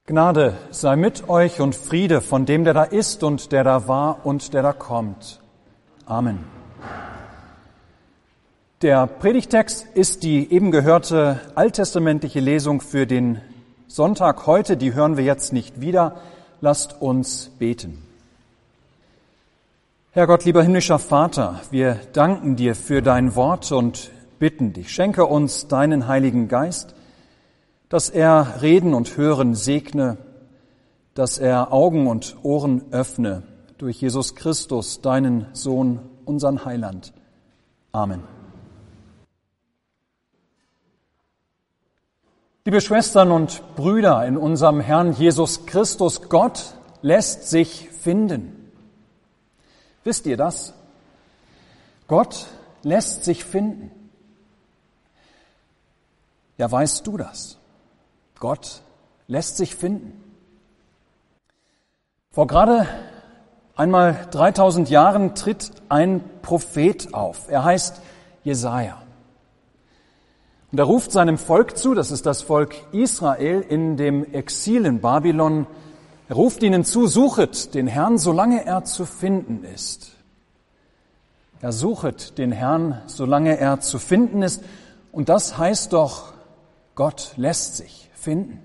Gnade sei mit euch und Friede von dem, der da ist und der da war und der da kommt. Amen. Der Predigtext ist die eben gehörte alttestamentliche Lesung für den Sonntag heute. Die hören wir jetzt nicht wieder. Lasst uns beten. Herr Gott, lieber himmlischer Vater, wir danken dir für dein Wort und bitten dich, schenke uns deinen Heiligen Geist, dass er Reden und Hören segne, dass er Augen und Ohren öffne durch Jesus Christus, deinen Sohn, unseren Heiland. Amen. Liebe Schwestern und Brüder in unserem Herrn Jesus Christus, Gott lässt sich finden. Wisst ihr das? Gott lässt sich finden. Ja, weißt du das? Gott lässt sich finden. Vor gerade einmal 3000 Jahren tritt ein Prophet auf. Er heißt Jesaja. Und er ruft seinem Volk zu, das ist das Volk Israel in dem Exil in Babylon. Er ruft ihnen zu, suchet den Herrn, solange er zu finden ist. Er suchet den Herrn, solange er zu finden ist. Und das heißt doch, Gott lässt sich finden.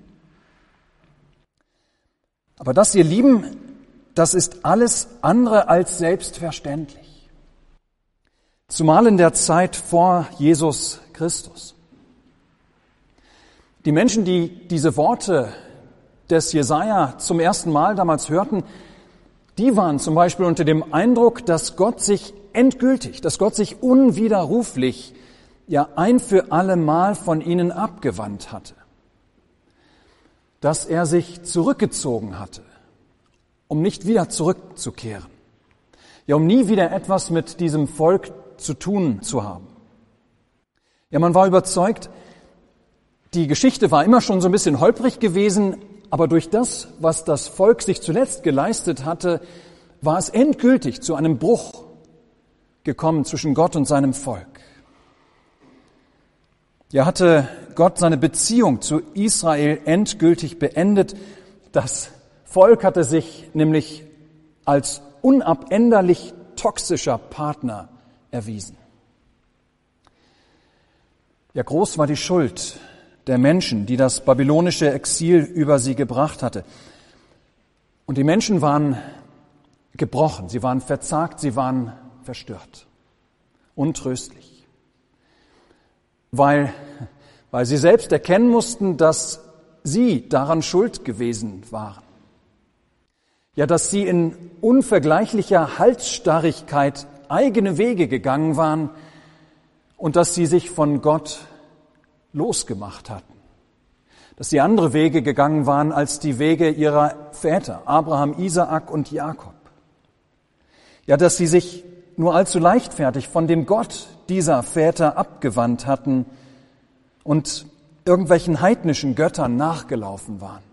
Aber das, ihr Lieben, das ist alles andere als selbstverständlich. Zumal in der Zeit vor Jesus Christus. Die Menschen, die diese Worte des Jesaja zum ersten Mal damals hörten, die waren zum Beispiel unter dem Eindruck, dass Gott sich endgültig, dass Gott sich unwiderruflich, ja ein für alle Mal von ihnen abgewandt hatte. Dass er sich zurückgezogen hatte, um nicht wieder zurückzukehren. Ja, um nie wieder etwas mit diesem Volk zu tun zu haben. Ja, man war überzeugt, die Geschichte war immer schon so ein bisschen holprig gewesen, aber durch das, was das Volk sich zuletzt geleistet hatte, war es endgültig zu einem Bruch gekommen zwischen Gott und seinem Volk. Ja, hatte Gott seine Beziehung zu Israel endgültig beendet. Das Volk hatte sich nämlich als unabänderlich toxischer Partner erwiesen. Ja, groß war die Schuld der Menschen, die das babylonische Exil über sie gebracht hatte. Und die Menschen waren gebrochen, sie waren verzagt, sie waren verstört, untröstlich. Weil sie selbst erkennen mussten, dass sie daran schuld gewesen waren. Ja, dass sie in unvergleichlicher Halsstarrigkeit eigene Wege gegangen waren und dass sie sich von Gott losgemacht hatten. Dass sie andere Wege gegangen waren als die Wege ihrer Väter, Abraham, Isaak und Jakob. Ja, dass sie sich nur allzu leichtfertig von dem Gott dieser Väter abgewandt hatten und irgendwelchen heidnischen Göttern nachgelaufen waren.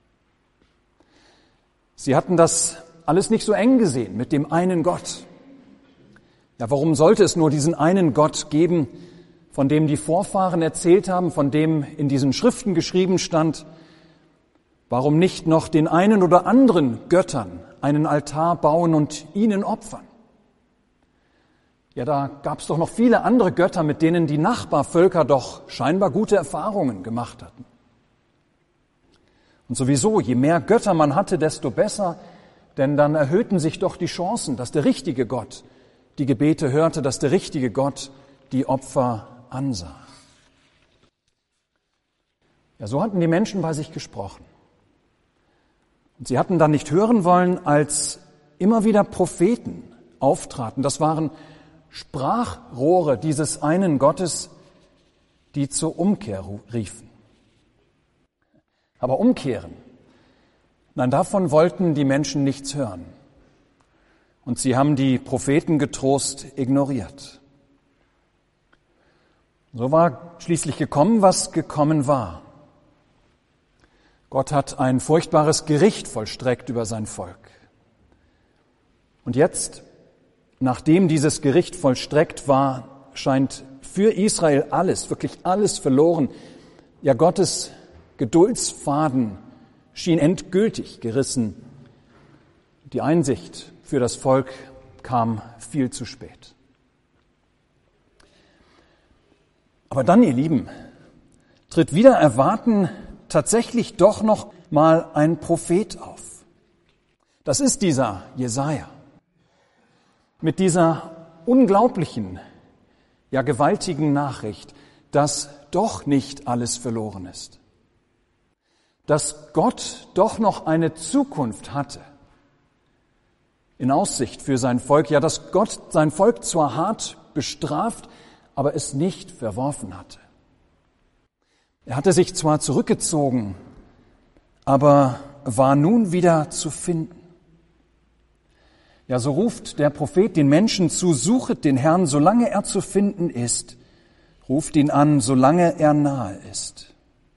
Sie hatten das alles nicht so eng gesehen mit dem einen Gott. Ja, warum sollte es nur diesen einen Gott geben, von dem die Vorfahren erzählt haben, von dem in diesen Schriften geschrieben stand? Warum nicht noch den einen oder anderen Göttern einen Altar bauen und ihnen opfern? Ja, da gab es doch noch viele andere Götter, mit denen die Nachbarvölker doch scheinbar gute Erfahrungen gemacht hatten. Und sowieso, je mehr Götter man hatte, desto besser, denn dann erhöhten sich doch die Chancen, dass der richtige Gott die Gebete hörte, dass der richtige Gott die Opfer ansah. Ja, so hatten die Menschen bei sich gesprochen. Und sie hatten dann nicht hören wollen, als immer wieder Propheten auftraten. Das waren Sprachrohre dieses einen Gottes, die zur Umkehr riefen. Aber umkehren, nein, davon wollten die Menschen nichts hören. Und sie haben die Propheten getrost ignoriert. So war schließlich gekommen, was gekommen war. Gott hat ein furchtbares Gericht vollstreckt über sein Volk. Und jetzt, nachdem dieses Gericht vollstreckt war, scheint für Israel alles, wirklich alles verloren. Ja, Gottes Geduldsfaden schien endgültig gerissen. Die Einsicht für das Volk kam viel zu spät. Aber dann, ihr Lieben, tritt wider Erwarten tatsächlich doch noch mal ein Prophet auf. Das ist dieser Jesaja. Mit dieser unglaublichen, ja gewaltigen Nachricht, dass doch nicht alles verloren ist. Dass Gott doch noch eine Zukunft hatte in Aussicht für sein Volk. Ja, dass Gott sein Volk zwar hart bestraft, aber es nicht verworfen hatte. Er hatte sich zwar zurückgezogen, aber war nun wieder zu finden. Ja, so ruft der Prophet den Menschen zu, suchet den Herrn, solange er zu finden ist. Ruft ihn an, solange er nahe ist.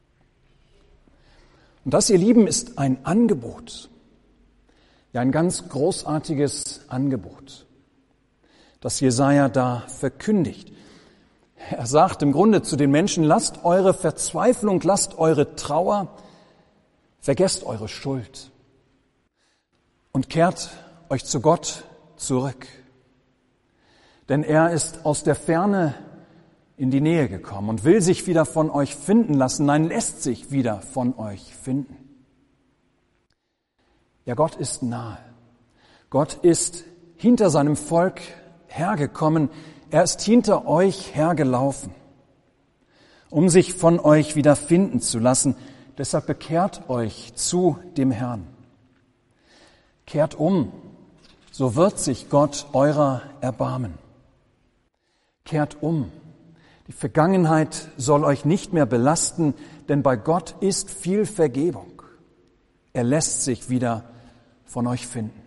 Und das, ihr Lieben, ist ein Angebot. Ja, ein ganz großartiges Angebot, das Jesaja da verkündigt. Er sagt im Grunde zu den Menschen, lasst eure Verzweiflung, lasst eure Trauer, vergesst eure Schuld und kehrt euch zu Gott zurück. Denn er ist aus der Ferne in die Nähe gekommen und will sich wieder von euch finden lassen. Nein, lässt sich wieder von euch finden. Ja, Gott ist nahe. Gott ist hinter seinem Volk hergekommen. Er ist hinter euch hergelaufen, um sich von euch wieder finden zu lassen. Deshalb bekehrt euch zu dem Herrn. Kehrt um, so wird sich Gott eurer erbarmen. Kehrt um. Die Vergangenheit soll euch nicht mehr belasten, denn bei Gott ist viel Vergebung. Er lässt sich wieder von euch finden.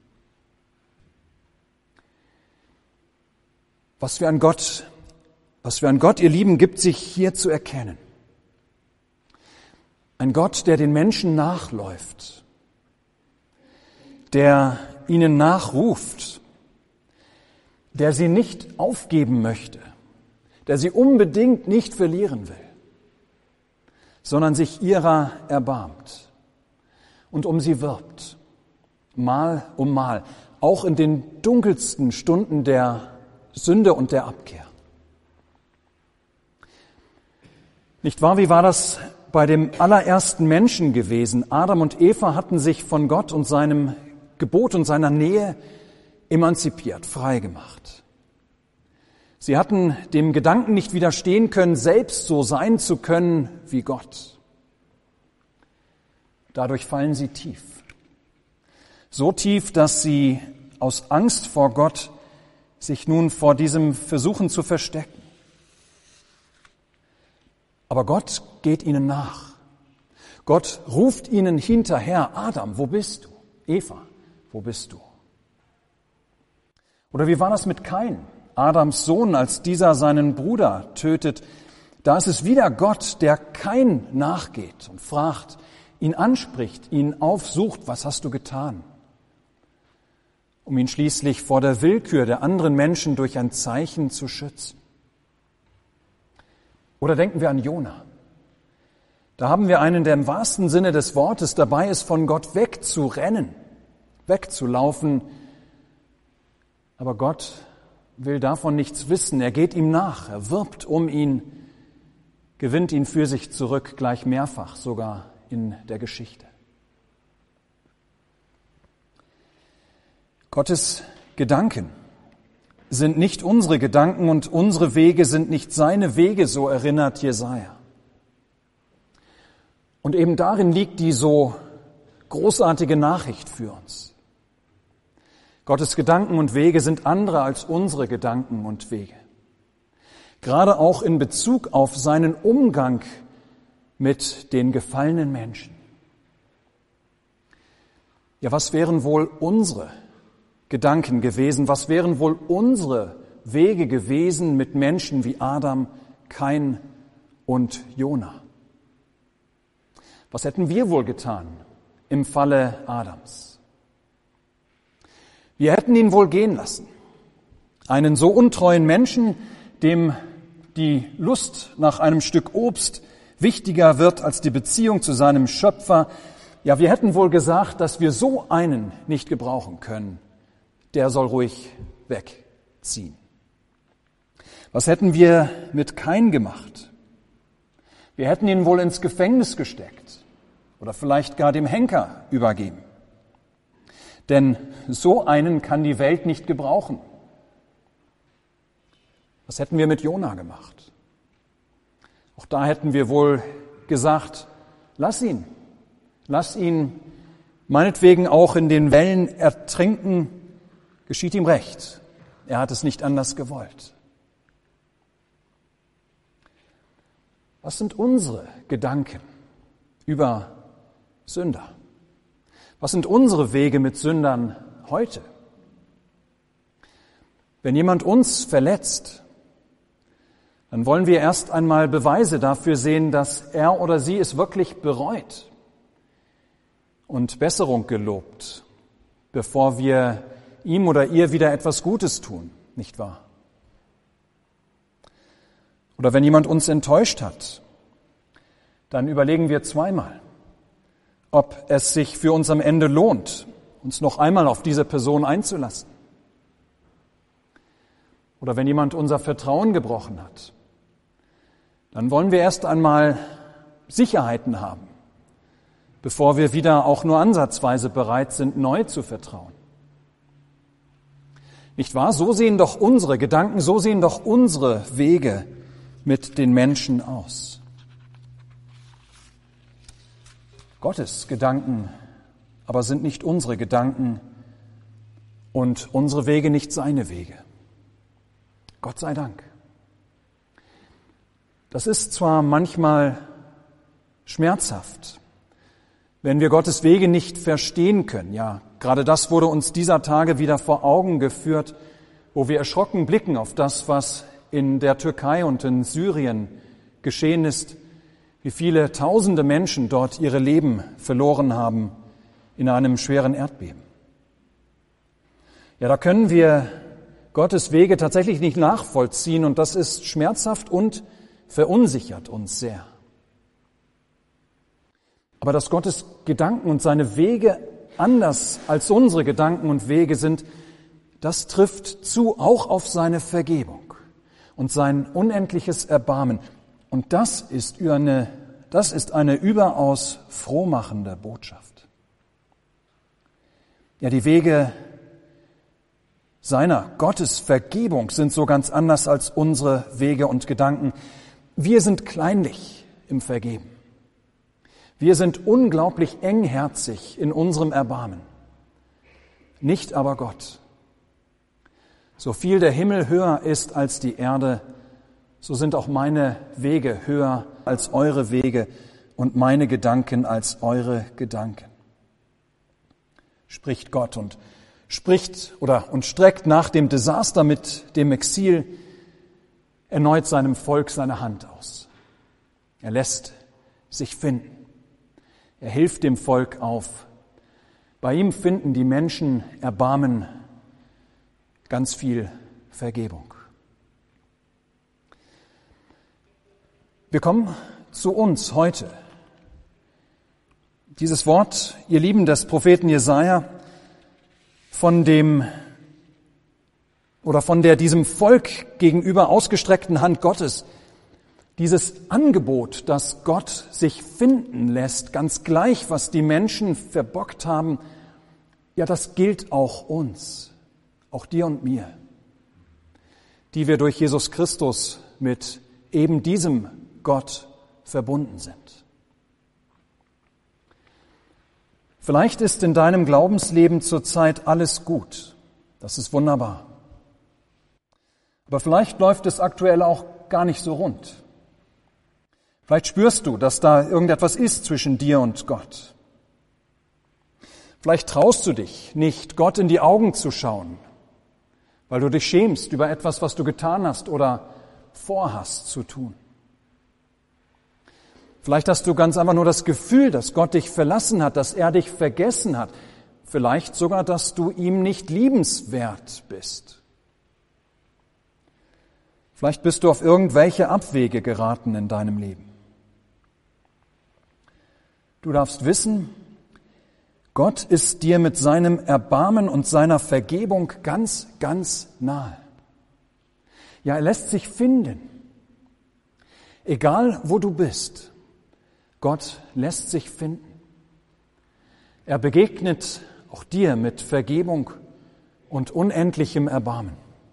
Was für ein Gott, ihr Lieben, gibt sich hier zu erkennen. Ein Gott, der den Menschen nachläuft, der ihnen nachruft, der sie nicht aufgeben möchte, der sie unbedingt nicht verlieren will, sondern sich ihrer erbarmt und um sie wirbt, Mal um Mal, auch in den dunkelsten Stunden der Sünde und der Abkehr. Nicht wahr, wie war das bei dem allerersten Menschen gewesen? Adam und Eva hatten sich von Gott und seinem Gebot und seiner Nähe emanzipiert, frei gemacht. Sie hatten dem Gedanken nicht widerstehen können, selbst so sein zu können wie Gott. Dadurch fallen sie tief. So tief, dass sie aus Angst vor Gott sich nun vor diesem versuchen zu verstecken. Aber Gott geht ihnen nach. Gott ruft ihnen hinterher, Adam, wo bist du? Eva, wo bist du? Oder wie war das mit Kain, Adams Sohn, als dieser seinen Bruder tötet? Da ist es wieder Gott, der Kain nachgeht und fragt, ihn anspricht, ihn aufsucht, was hast du getan? Um ihn schließlich vor der Willkür der anderen Menschen durch ein Zeichen zu schützen. Oder denken wir an Jona. Da haben wir einen, der im wahrsten Sinne des Wortes dabei ist, von Gott wegzurennen, wegzulaufen. Aber Gott will davon nichts wissen. Er geht ihm nach, er wirbt um ihn, gewinnt ihn für sich zurück, gleich mehrfach sogar in der Geschichte. Gottes Gedanken sind nicht unsere Gedanken und unsere Wege sind nicht seine Wege, so erinnert Jesaja. Und eben darin liegt die so großartige Nachricht für uns. Gottes Gedanken und Wege sind andere als unsere Gedanken und Wege. Gerade auch in Bezug auf seinen Umgang mit den gefallenen Menschen. Ja, was wären wohl unsere Gedanken gewesen? Was wären wohl unsere Wege gewesen mit Menschen wie Adam, Kain und Jona? Was hätten wir wohl getan im Falle Adams? Wir hätten ihn wohl gehen lassen. Einen so untreuen Menschen, dem die Lust nach einem Stück Obst wichtiger wird als die Beziehung zu seinem Schöpfer, Ja, wir hätten wohl gesagt, dass wir so einen nicht gebrauchen können. Der soll ruhig wegziehen. Was hätten wir mit Kain gemacht? Wir hätten ihn wohl ins Gefängnis gesteckt oder vielleicht gar dem Henker übergeben. Denn so einen kann die Welt nicht gebrauchen. Was hätten wir mit Jona gemacht? Auch da hätten wir wohl gesagt, lass ihn meinetwegen auch in den Wellen ertrinken, geschieht ihm recht. Er hat es nicht anders gewollt. Was sind unsere Gedanken über Sünder? Was sind unsere Wege mit Sündern heute? Wenn jemand uns verletzt, dann wollen wir erst einmal Beweise dafür sehen, dass er oder sie es wirklich bereut und Besserung gelobt, bevor wir ihm oder ihr wieder etwas Gutes tun, nicht wahr? Oder wenn jemand uns enttäuscht hat, dann überlegen wir zweimal, ob es sich für uns am Ende lohnt, uns noch einmal auf diese Person einzulassen. Oder wenn jemand unser Vertrauen gebrochen hat, dann wollen wir erst einmal Sicherheiten haben, bevor wir wieder auch nur ansatzweise bereit sind, neu zu vertrauen. Nicht wahr? So sehen doch unsere Gedanken, so sehen doch unsere Wege mit den Menschen aus. Gottes Gedanken aber sind nicht unsere Gedanken und unsere Wege nicht seine Wege. Gott sei Dank. Das ist zwar manchmal schmerzhaft, wenn wir Gottes Wege nicht verstehen können. Ja, gerade das wurde uns dieser Tage wieder vor Augen geführt, wo wir erschrocken blicken auf das, was in der Türkei und in Syrien geschehen ist, wie viele tausende Menschen dort ihre Leben verloren haben in einem schweren Erdbeben. Ja, da können wir Gottes Wege tatsächlich nicht nachvollziehen und das ist schmerzhaft und verunsichert uns sehr. Aber dass Gottes Gedanken und seine Wege anders als unsere Gedanken und Wege sind, das trifft zu, auch auf seine Vergebung und sein unendliches Erbarmen. Und das ist eine überaus frohmachende Botschaft. Ja, die Wege seiner Gottes Vergebung sind so ganz anders als unsere Wege und Gedanken. Wir sind kleinlich im Vergeben. Wir sind unglaublich engherzig in unserem Erbarmen. Nicht aber Gott. So viel der Himmel höher ist als die Erde, so sind auch meine Wege höher als eure Wege und meine Gedanken als eure Gedanken. Spricht Gott und streckt nach dem Desaster mit dem Exil erneut seinem Volk seine Hand aus. Er lässt sich finden. Er hilft dem Volk auf. Bei ihm finden die Menschen Erbarmen, ganz viel Vergebung. Wir kommen zu uns heute. Dieses Wort, ihr Lieben, des Propheten Jesaja, von der diesem Volk gegenüber ausgestreckten Hand Gottes, dieses Angebot, dass Gott sich finden lässt, ganz gleich, was die Menschen verbockt haben, ja, das gilt auch uns, auch dir und mir, die wir durch Jesus Christus mit eben diesem Gott verbunden sind. Vielleicht ist in deinem Glaubensleben zurzeit alles gut. Das ist wunderbar. Aber vielleicht läuft es aktuell auch gar nicht so rund. Vielleicht spürst du, dass da irgendetwas ist zwischen dir und Gott. Vielleicht traust du dich nicht, Gott in die Augen zu schauen, weil du dich schämst über etwas, was du getan hast oder vorhast zu tun. Vielleicht hast du ganz einfach nur das Gefühl, dass Gott dich verlassen hat, dass er dich vergessen hat. Vielleicht sogar, dass du ihm nicht liebenswert bist. Vielleicht bist du auf irgendwelche Abwege geraten in deinem Leben. Du darfst wissen, Gott ist dir mit seinem Erbarmen und seiner Vergebung ganz, ganz nahe. Ja, er lässt sich finden. Egal, wo du bist, Gott lässt sich finden. Er begegnet auch dir mit Vergebung und unendlichem Erbarmen.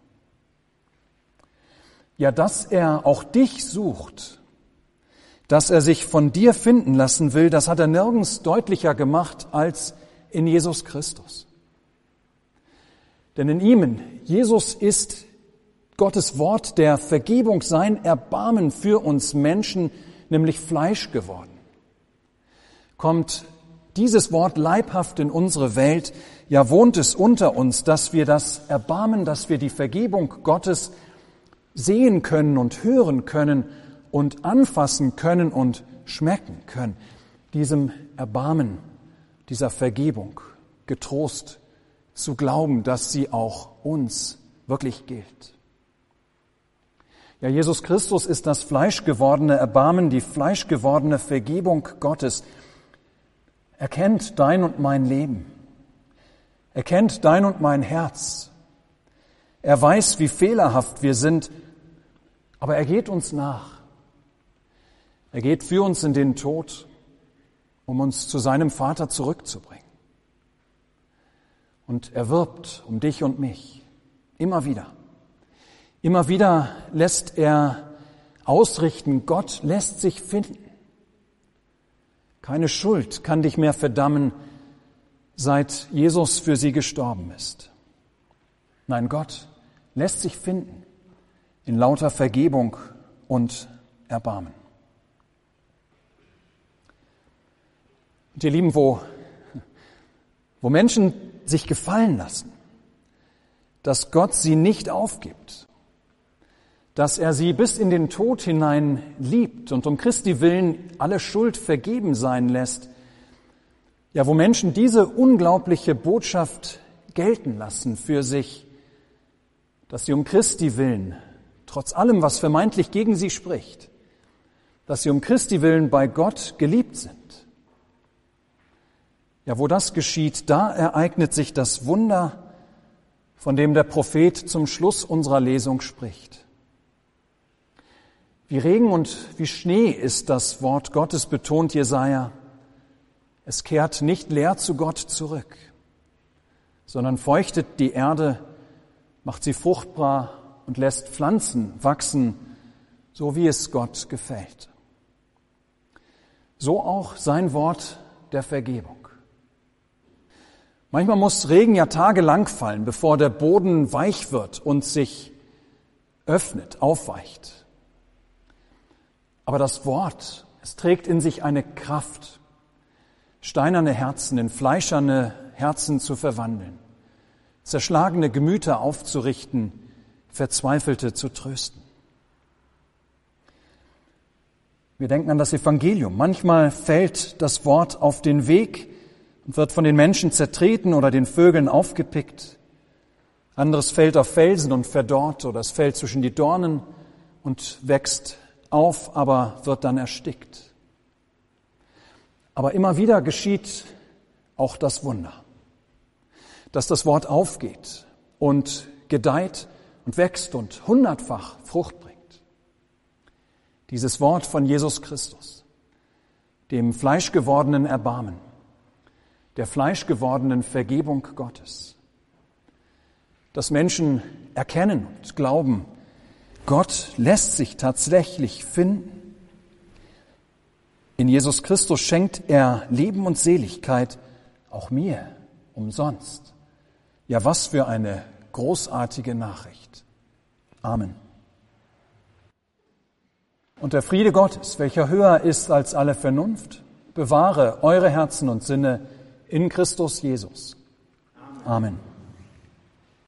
Ja, dass er auch dich sucht, dass er sich von dir finden lassen will, das hat er nirgends deutlicher gemacht als in Jesus Christus. Denn in ihm, Jesus, ist Gottes Wort der Vergebung, sein Erbarmen für uns Menschen, nämlich Fleisch geworden. Kommt dieses Wort leibhaft in unsere Welt, ja wohnt es unter uns, dass wir das Erbarmen, dass wir die Vergebung Gottes sehen können und hören können und anfassen können und schmecken können. Diesem Erbarmen, dieser Vergebung getrost zu glauben, dass sie auch uns wirklich gilt. Ja, Jesus Christus ist das fleischgewordene Erbarmen, die fleischgewordene Vergebung Gottes. Er kennt dein und mein Leben. Er kennt dein und mein Herz. Er weiß, wie fehlerhaft wir sind, aber er geht uns nach. Er geht für uns in den Tod, um uns zu seinem Vater zurückzubringen. Und er wirbt um dich und mich, immer wieder. Immer wieder lässt er ausrichten, Gott lässt sich finden. Keine Schuld kann dich mehr verdammen, seit Jesus für sie gestorben ist. Nein, Gott lässt sich finden in lauter Vergebung und Erbarmen. Und ihr Lieben, wo Menschen sich gefallen lassen, dass Gott sie nicht aufgibt, dass er sie bis in den Tod hinein liebt und um Christi willen alle Schuld vergeben sein lässt, ja, wo Menschen diese unglaubliche Botschaft gelten lassen für sich, dass sie um Christi willen, trotz allem, was vermeintlich gegen sie spricht, dass sie um Christi willen bei Gott geliebt sind. Ja, wo das geschieht, da ereignet sich das Wunder, von dem der Prophet zum Schluss unserer Lesung spricht. Wie Regen und wie Schnee ist das Wort Gottes, betont Jesaja. Es kehrt nicht leer zu Gott zurück, sondern feuchtet die Erde, macht sie fruchtbar und lässt Pflanzen wachsen, so wie es Gott gefällt. So auch sein Wort der Vergebung. Manchmal muss Regen ja tagelang fallen, bevor der Boden weich wird und sich öffnet, aufweicht. Aber das Wort, es trägt in sich eine Kraft, steinerne Herzen in fleischerne Herzen zu verwandeln, zerschlagene Gemüter aufzurichten, Verzweifelte zu trösten. Wir denken an das Evangelium. Manchmal fällt das Wort auf den Weg und wird von den Menschen zertreten oder den Vögeln aufgepickt. Anderes fällt auf Felsen und verdorrt oder es fällt zwischen die Dornen und wächst auf, aber wird dann erstickt. Aber immer wieder geschieht auch das Wunder, dass das Wort aufgeht und gedeiht und wächst und hundertfach Frucht bringt. Dieses Wort von Jesus Christus, dem fleischgewordenen Erbarmen, der fleischgewordenen Vergebung Gottes. Dass Menschen erkennen und glauben, Gott lässt sich tatsächlich finden. In Jesus Christus schenkt er Leben und Seligkeit, auch mir, umsonst. Ja, was für eine großartige Nachricht. Amen. Und der Friede Gottes, welcher höher ist als alle Vernunft, bewahre eure Herzen und Sinne in Christus Jesus. Amen.